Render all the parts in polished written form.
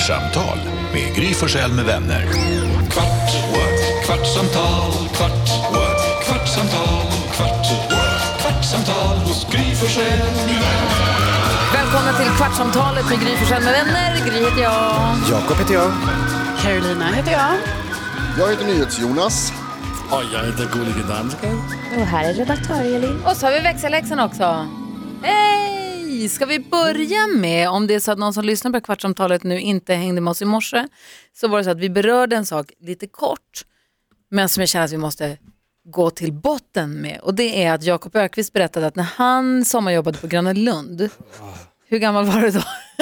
Kvartsamtal med Gry Forssell med vänner. Kvart, what? Kvartsamtal, kvart, what? Kvartsamtal, kvart, what? Kvartsamtal hos Gry Forssell med vänner. Välkomna till Kvartsamtalet med Gry Forssell med vänner. Gry heter jag. Jakob heter jag. Carolina heter jag. Jag heter NyhetsJonas. Och jag heter Gullige Dansken. Och här är redaktör Elin. Och så har vi växelläxan också. Hej! Ska vi börja med, om det är så att någon som lyssnar på Kvartsamtalet nu inte hängde med oss i morse, så var det så att vi berörde en sak lite kort, men som jag känner att vi måste gå till botten med. Och det är att Jakob Ökvist berättade att när han sommarjobbade på Gröna Lund, hur gammal var du då?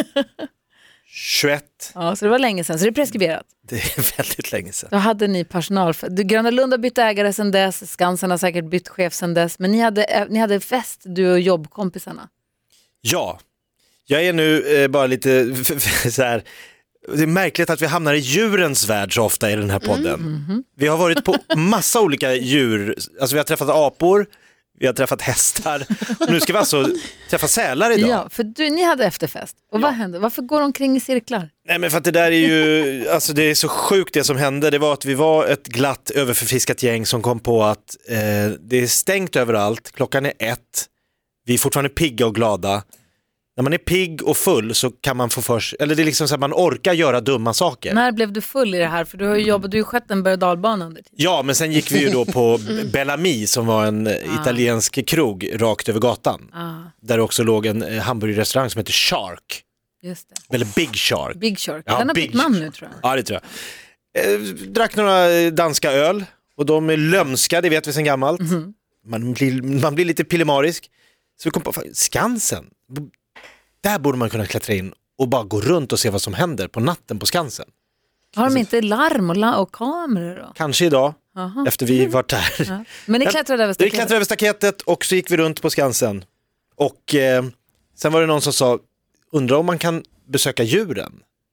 21. Ja, så det var länge sedan, så det är preskriberat. Det är väldigt länge sedan. Då hade ni personal. Gröna Lund har bytt ägare sedan dess, Skansen har säkert bytt chef sedan dess, men ni hade fest, du och jobbkompisarna. Ja, jag är nu bara lite så här. Det är märkligt att vi hamnar i djurens värld så ofta i den här podden. Vi har varit på massa olika djur. Alltså vi har träffat apor, vi har träffat hästar. Och nu ska vi alltså träffa sälar idag. Ja, för ni hade efterfest. Och vad hände? Varför går de omkring i cirklar? Nej, men för att det där är ju, alltså det är så sjukt det som hände. Det var att vi var ett glatt överförfiskat gäng som kom på att det är stängt överallt. Klockan är 1. Vi är fortfarande pigga och glada. När man är pigg och full så kan man få eller det är liksom så att man orkar göra dumma saker. När blev du full i det här? För du har ju jobbat, du har ju skött en berg- och dalbana under tiden. Ja, men sen gick vi ju då på Bellamy som var en italiensk krog rakt över gatan. Där det också låg en hamburgerrestaurang som heter Shark. Just det. Eller Big Shark. Big Shark. Ja, Den har Big bytt namn nu, tror jag. Ja, det tror jag. Drack några danska öl och de är lömska, det vet vi sedan gammalt. Man blir lite pillemarisk. Så vi kom på Skansen. Där borde man kunna klättra in och bara gå runt och se vad som händer på natten på Skansen. Har de inte larm och kameror då? Kanske idag, efter vi varit där. Ja. Men ni klättrade över staketet? Vi klättrade över staketet och så gick vi runt på Skansen. Och sen var det någon som sa, undrar om man kan besöka djuren.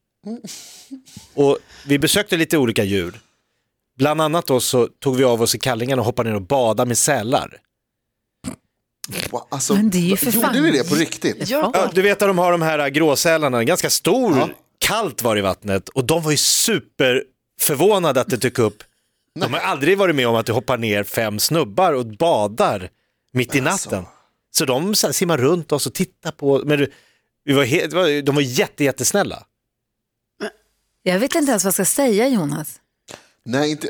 Och vi besökte lite olika djur. Bland annat då så tog vi av oss i kallingen och hoppade ner och badade med sälar. Alltså, men det är ju för fan. Gjorde ni det på riktigt? Ja, du vet att de har de här gråsälarna, ganska stor, kallt var i vattnet. Och de var ju super förvånade att det dök upp. De har aldrig varit med om att det hoppar ner 5 snubbar och badar mitt i natten. Så de så här, simmar runt oss och tittar på. Men de var jättesnälla. Jag vet inte ens vad jag ska säga, Jonas. Nej, inte...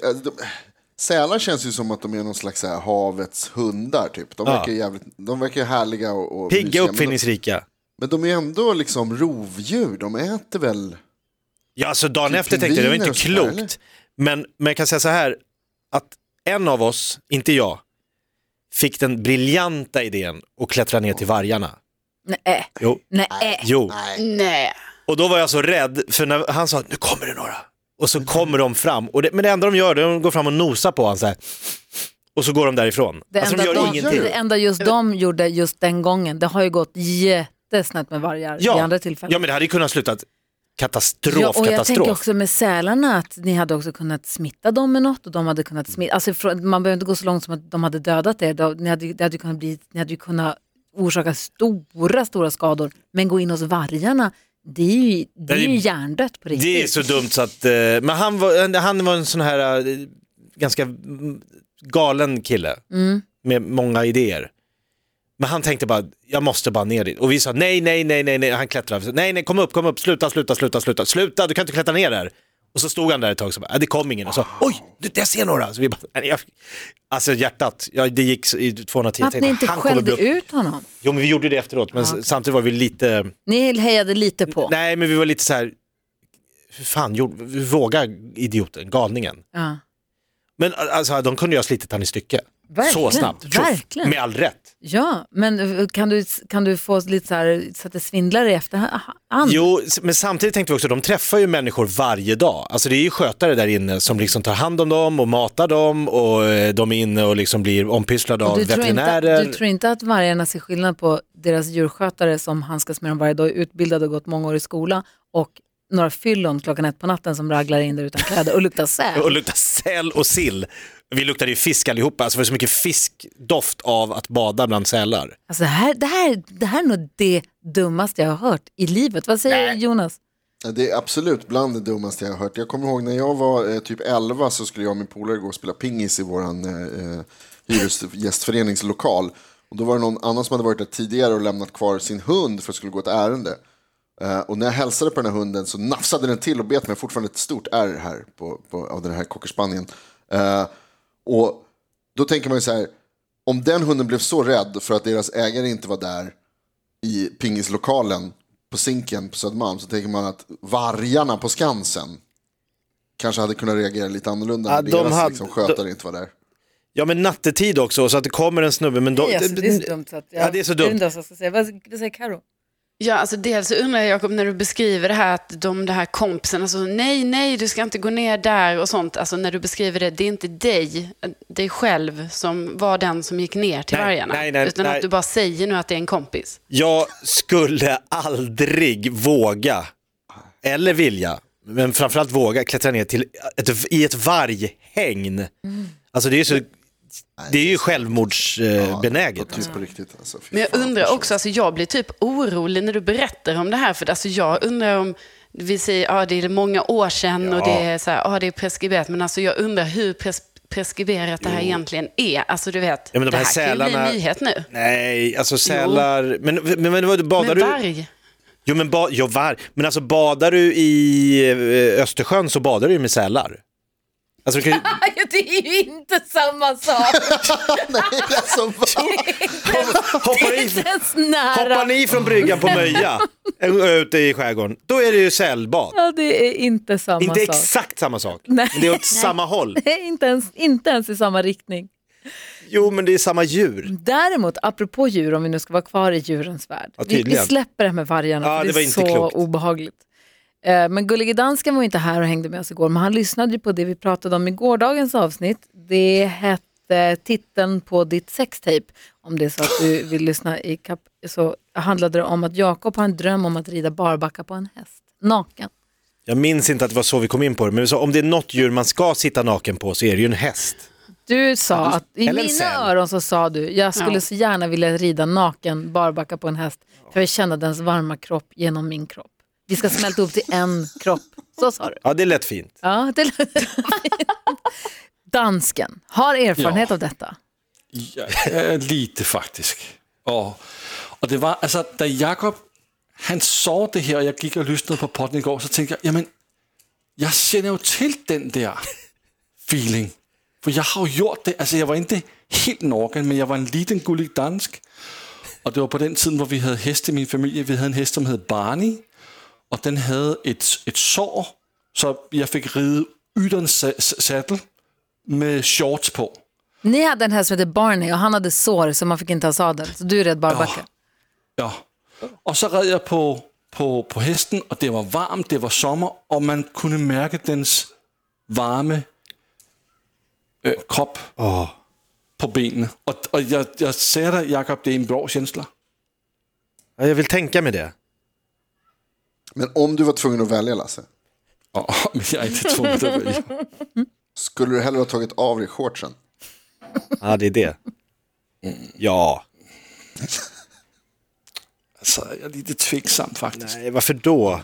Sälar känns ju som att de är någon slags här havets hundar typ. De verkar härliga och pigga, mysiga, uppfinningsrika. Men de är ändå liksom rovdjur. De äter väl... Ja, så dagen efter tänkte jag, det var inte klokt. Men jag kan säga så här, att en av oss, inte jag, fick den briljanta idén att klättra ner till vargarna. Nej. Jo. Nej. Jo. Nej. Och då var jag så rädd, för när han sa, nu kommer det några. Och så kommer de fram. Men det enda de gör, de går fram och nosar på han så här. Och så går de därifrån. Det alltså, enda just de gjorde just den gången, det har ju gått jättesnabbt med vargar i andra tillfällen. Ja, men det hade ju kunnat sluta katastrof. Ja, och jag tänker också med sälarna att ni hade också kunnat smitta dem med något och de hade kunnat smitta, alltså man behöver inte gå så långt som att de hade dödat er. Ni hade ju kunnat orsaka stora skador, men gå in hos vargarna, det är ju hjärndött på riktigt. Det är så dumt så att men han var en sån här ganska galen kille med många idéer. Men han tänkte bara, jag måste bara ner dit. Och vi sa nej, han klättrade. Nej, kom upp, sluta, du kan inte klättra ner där. Och så stod han där ett tag och så det kom ingen. Och så, oj, jag ser några. Så vi bara, alltså hjärtat, det gick i 210. Att ni inte skällde ut honom? Jo, men vi gjorde det efteråt. Men samtidigt var vi lite... Ni hejade lite på? Nej, men vi var lite så här, hur fan, våga idioten, galningen. Ja. Men alltså, de kunde ju ha slitit han i stycke. Verkligen, så snabbt, verkligen. Med all rätt. Ja, men kan du få lite så här så att det svindlar i efterhand? Jo, men samtidigt tänkte vi också, de träffar ju människor varje dag. Alltså det är ju skötare där inne som liksom tar hand om dem och matar dem och de är inne och liksom blir ompysslade av veterinärer. Du tror inte att vargarna ser skillnad på deras djurskötare som handskas med dem varje dag, utbildade och gått många år i skola, och några fyllon klockan 1 på natten som raglar in där utan kläder och luktar säl. Och luktar säl och sill. Vi luktade ju fisk allihopa, alltså det var så mycket fiskdoft av att bada bland sälar. Alltså det här är nog det dummaste jag har hört i livet. Vad säger Jonas? Det är absolut bland det dummaste jag har hört. Jag kommer ihåg när jag var typ 11 så skulle jag och min polare gå och spela pingis i våran hyresgästföreningslokal. Och då var det någon annan som hade varit där tidigare och lämnat kvar sin hund för att skulle gå ett ärende. Och när jag hälsade på den här hunden så nafsade den till och bet mig fortfarande ett stort ärr här av den här cockerspanien. Och då tänker man ju så här, om den hunden blev så rädd för att deras ägare inte var där i pingislokalen på Zinken på Södermalm, så tänker man att vargarna på Skansen kanske hade kunnat reagera lite annorlunda när deras liksom, skötare inte var där. Ja, men nattetid också, så att det kommer en snubbe. Men då, det är så dumt. Så att det är så dumt. Jag ska säga. Vad säger Karo? Ja, alltså dels undrar jag, Jakob, när du beskriver det här att det här kompisen, alltså nej, du ska inte gå ner där och sånt. Alltså när du beskriver det är inte dig själv som var den som gick ner till vargarna. Utan att du bara säger nu att det är en kompis. Jag skulle aldrig våga, eller vilja, men framförallt våga klättra ner till i ett varghägn. Alltså det är ju självmordsbenäget. Typ på riktigt, alltså. Men jag undrar också, alltså jag blir typ orolig när du berättar om det här. För alltså jag undrar om, vi säger det är många år sedan och det är så här, det är preskriberat. Men alltså jag undrar hur preskriberat det här egentligen är. Alltså du vet, men det här sälarna, kan ju bli en nyhet nu. Nej, alltså sälar. Men badar du? Varg. Jo, men varg. Men alltså badar du i Östersjön så badar du med sälar. Alltså, det är ju inte samma sak. Nej, det är som hoppar ni från bryggan på Möja ute i skärgården, då är det ju sälbad. Ja, det är inte samma sak. Inte exakt samma sak. Nej. Men det är åt samma håll. Nej, inte ens i samma riktning. Jo, men det är samma djur. Däremot, apropå djur, om vi nu ska vara kvar i djurens värld. Ja, vi släpper det här med vargarna, för det är så klokt. Obehagligt. Men Gullige Dansken var inte här och hängde med oss igår, men han lyssnade ju på det vi pratade om i gårdagens avsnitt. Det hette titeln på ditt sextape. Om det är så att du vill lyssna så handlade det om att Jakob har en dröm om att rida barbacka på en häst. Naken. Jag minns inte att det var så vi kom in på det, men vi sa, om det är något djur man ska sitta naken på så är det ju en häst. Du sa att i mina öron så sa du, jag skulle så gärna vilja rida naken barbacka på en häst för att känna dens varma kropp genom min kropp. Vi ska smälta upp till en kropp. Så sa du. Ja, det lät fint. Ja, det lät fint. Dansken har erfarenhet av detta. Ja, lite faktiskt. Och det var, alltså, da Jakob, han sa det här och jag gick och lyssnade på podden igår, så tänkte jag, jamen, jag känner ju till den där feeling. För jag har gjort det, alltså jag var inte helt naken, men jag var en liten gullig dansk. Och det var på den tiden, hvor vi havde heste i min familie. Vi havde en hest, som hed Barney. Og den havde et sår, så jeg fik ride ytterens sattel med shorts på. Ni hade en häst som heter Barney och han hade sår så man fick inte ha sadel. Så du red barbacka. Ja. Og så red jeg på hesten, og det var varmt, det var sommer, og man kunne mærke dens varme krop på benene. Og jeg sagde dig, Jakob, det är en bra känsla. Ja, jag vill tänka med det. Men om du var tvungen att välja, Lasse? Ja, men jag är inte tvungen att välja. Skulle du hellre ha tagit av dig shortsen? Ja, det är det. Ja. Alltså, jag är lite tveksam faktiskt. Nej, varför då?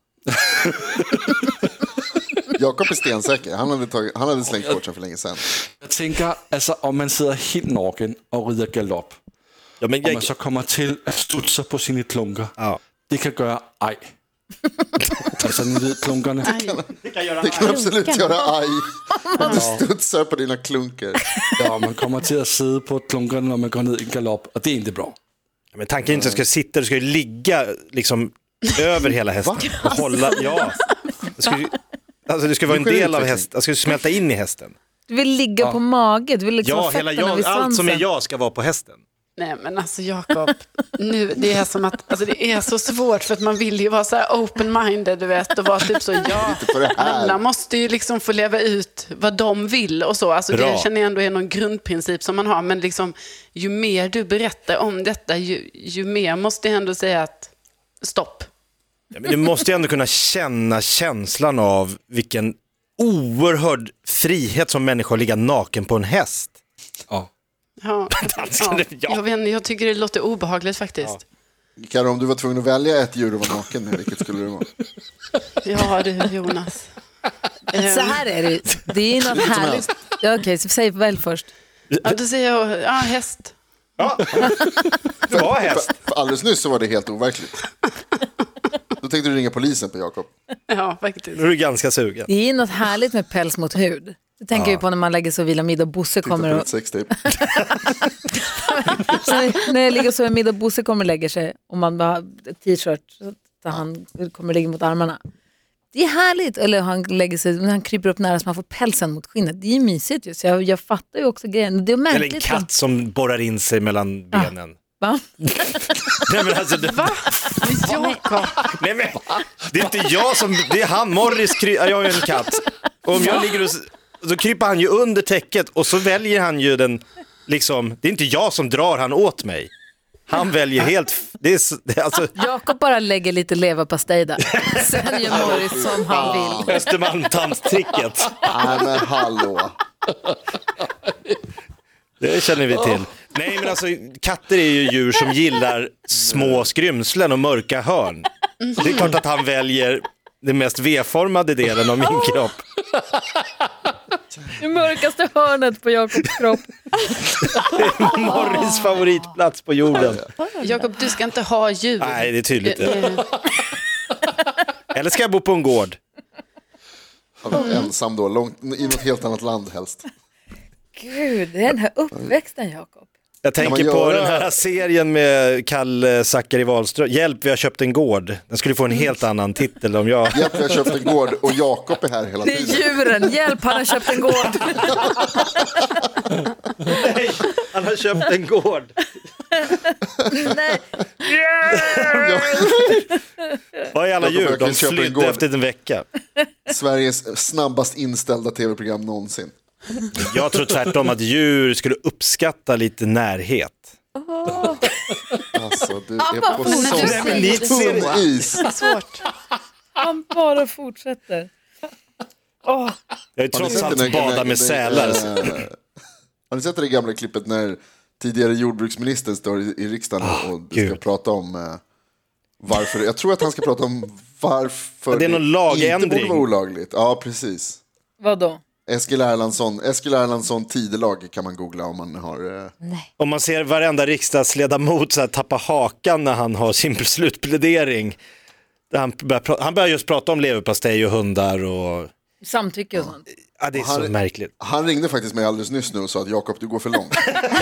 Jakob är stensäker. Han hade slängt shortsen för länge sedan. Jag tänker, alltså, om man sitter helt naken och rider galopp, och man så kommer till att studsa på sina klunkar, det kan göra aj. Alltså, ni vet klunkarna. Det kan absolut göra aj. Du studsar på dina klunkar. Ja, man kommer till att sitta på klunkarna när man går ner i galopp, och det är inte bra. Ja, men tanken är inte att du ska sitta, du ska ju ligga liksom över hela hästen. Och hålla, alltså det ska vara en del av hästen, jag ska smälta in i hästen. Du vill ligga på mage, du vill liksom ha fötterna vid svansen. Allt som är jag ska vara på hästen. Nej, men alltså Jakob, nu, det är som att, alltså det är så svårt för att man vill ju vara så här open-minded, du vet, och vara typ så, alla måste ju liksom få leva ut vad de vill och så, alltså det känner jag ändå är någon grundprincip som man har, men liksom ju mer du berättar om detta, ju mer måste jag ändå säga att stopp. Ja, men du måste ju ändå kunna känna känslan av vilken oerhörd frihet som människor ligga naken på en häst. Ja. Jag tycker det låter obehagligt faktiskt. Karo, om du var tvungen att välja ett djur att vara naken med, vilket skulle det vara? Ja du Jonas. Så här är det. Det är något härligt. Ja, okej, så säg väl först. Ja, då säger jag häst. Ja, det var häst. För alldeles nyss så var det helt overkligt. Då tänkte du ringa polisen på Jakob. Ja, faktiskt. Nu är du ganska sugen. Det är något härligt med päls mot hud. Det tänker jag på när man lägger sig och vilar middag och Bosse kommer och... när jag ligger så i middag och Bosse kommer och lägger sig och man bara t-shirt så han kommer och ligger mot armarna. Det är härligt. Eller han lägger sig, han kryper upp nära så man får pälsen mot skinnet. Det är ju mysigt just. Jag fattar ju också grejen. Det är märkligt. Eller en katt som borrar in sig mellan benen. Va? Nej, men alltså, Va? Jakob. Nej, men, det är inte jag som... Det är han, Morris. Jag är en katt. Och om jag ligger och... Så kryper han ju under täcket och så väljer han ju den... Liksom, det är inte jag som drar han åt mig. Han väljer helt... Det är alltså... Jakob bara lägger lite leverpastej där. Sen gör Morris som han vill. Östermalmstandstricket. Nej men hallå. Det känner vi till. Nej men alltså, katter är ju djur som gillar små skrymslen och mörka hörn. Det är klart att han väljer den mest V-formade delen av min kropp. Det mörkaste hörnet på Jakobs kropp. Det är Morris favoritplats på jorden. Jakob, du ska inte ha djur. Nej, det är tydligt. Eller ska jag bo på en gård? Ensam då, långt, i något helt annat land helst. Gud, det är den här uppväxten, Jakob. Jag tänker på den här serien med Kalle Zackari Wahlström. Hjälp, vi har köpt en gård. Den skulle få en helt annan titel om jag... Hjälp, vi har köpt en gård och Jakob är här hela Det är tiden. djuren, hjälp, han har köpt en gård. Nej, han har köpt en gård. Nej. Vad är alla Jakob djur? De Öqvist köper en flydde gård. efter en vecka. Sveriges snabbast inställda tv-program någonsin. Jag tror tvärtom att djur skulle uppskatta lite närhet. Alltså, du är på Men sån is. Svårt. Han bara fortsätter. Jag har ju trots allt badat med sälar. Har ni sett det gamla klippet när tidigare jordbruksministern står i riksdagen och ska prata om varför? Jag tror att han ska prata om varför det är någon lagändring. inte borde vara olagligt. Ja, precis. Vad då? Eskil Erlandsson tidelag kan man googla om man har... Om man ser varenda riksdagsledamot så här, tappa hakan när han har sin slutplädering. Han börjar just prata om leverpastej och hundar och... Samtycke och sånt. Ja, det är så märkligt. Han ringde faktiskt mig alldeles nyss nu och sa att Jakob, du går för långt.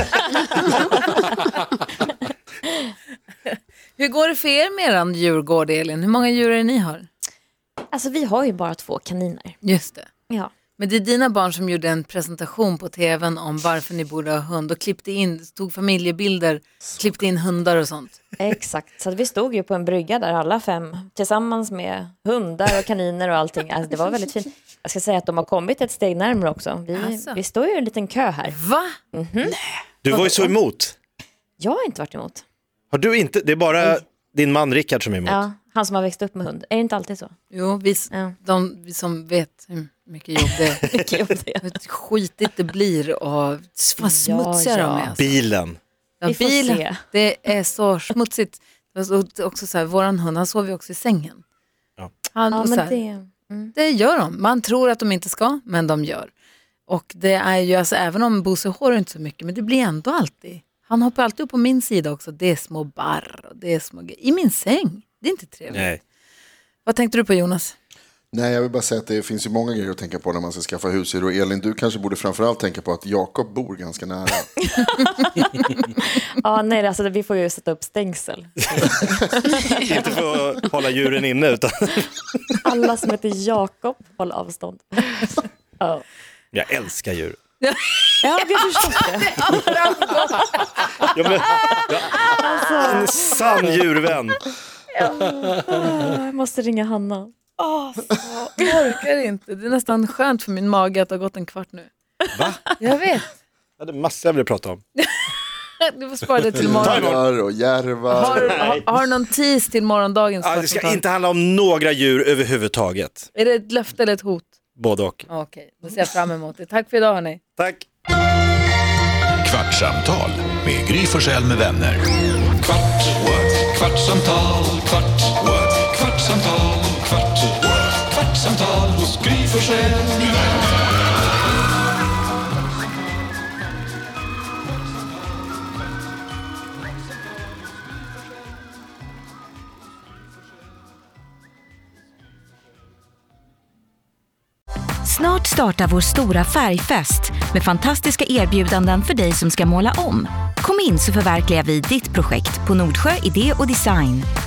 Hur går det för er med er djurgård, Elin? Hur många djur är det ni har? Alltså vi har ju bara 2 kaniner. Just det. Ja. Men det är dina barn som gjorde en presentation på tvn om varför ni borde ha hund och tog familjebilder, klippte in hundar och sånt. Exakt, så vi stod ju på en brygga där alla 5 tillsammans med hundar och kaniner och allting. Alltså, det var väldigt fint. Jag ska säga att de har kommit ett steg närmare också. Vi står ju i en liten kö här. Va? Mm-hmm. Du var ju så emot. Jag har inte varit emot. Har du inte? Det är bara din man Rickard som är emot. Ja, han som har växt upp med hund. Är det inte alltid så? Jo, vi som vet hur mycket jobb det är. Skitigt det blir och vad smutsiga de är. Alltså. Bilen. Ja, vi får se. Det är så smutsigt. Också så här, våran hund, han sover ju också i sängen. Ja. Det gör de. Man tror att de inte ska, men de gör. Och det är ju, alltså, även om Bosse hår inte så mycket, men det blir ändå alltid. Han hoppar alltid upp på min sida också. Det är små barr och det är små i min säng. Det är inte trevligt. Nej. Vad tänkte du på, Jonas? Nej, jag vill bara säga att det finns ju många grejer att tänka på när man ska skaffa husdjur. Och Elin, du kanske borde framförallt tänka på att Jakob bor ganska nära. Ja, nej, alltså vi får ju sätta upp stängsel. Inte för att hålla djuren inne utan... Alla som heter Jakob håller avstånd. Oh. Jag älskar djur. Ja, vi har förstått det. En sann djurvän. Jag måste ringa Hanna. Jag orkar inte. Det är nästan skönt för min mage att det har gått en kvart nu. Va? Jag vet. Jag hade massor jag ville prata om. Du får spara det till imorgon. Och järvar. Har du någon tease till morgondagens Det ska inte handla om några djur överhuvudtaget. Är det ett löfte eller ett hot? Både och. Okej, då ser jag fram emot det. Tack för idag, hörni. Tack. Kvartsamtal med Gry Forssell med vänner. Kvart, what? Kvartsamtal, kvart, what? Kvartsamtal, kvart, what? Kvartsamtal hos Gry Forssell med vänner. Snart startar vår stora färgfest med fantastiska erbjudanden för dig som ska måla om. Kom in så förverkligar vi ditt projekt på Nordsjö Idé och Design.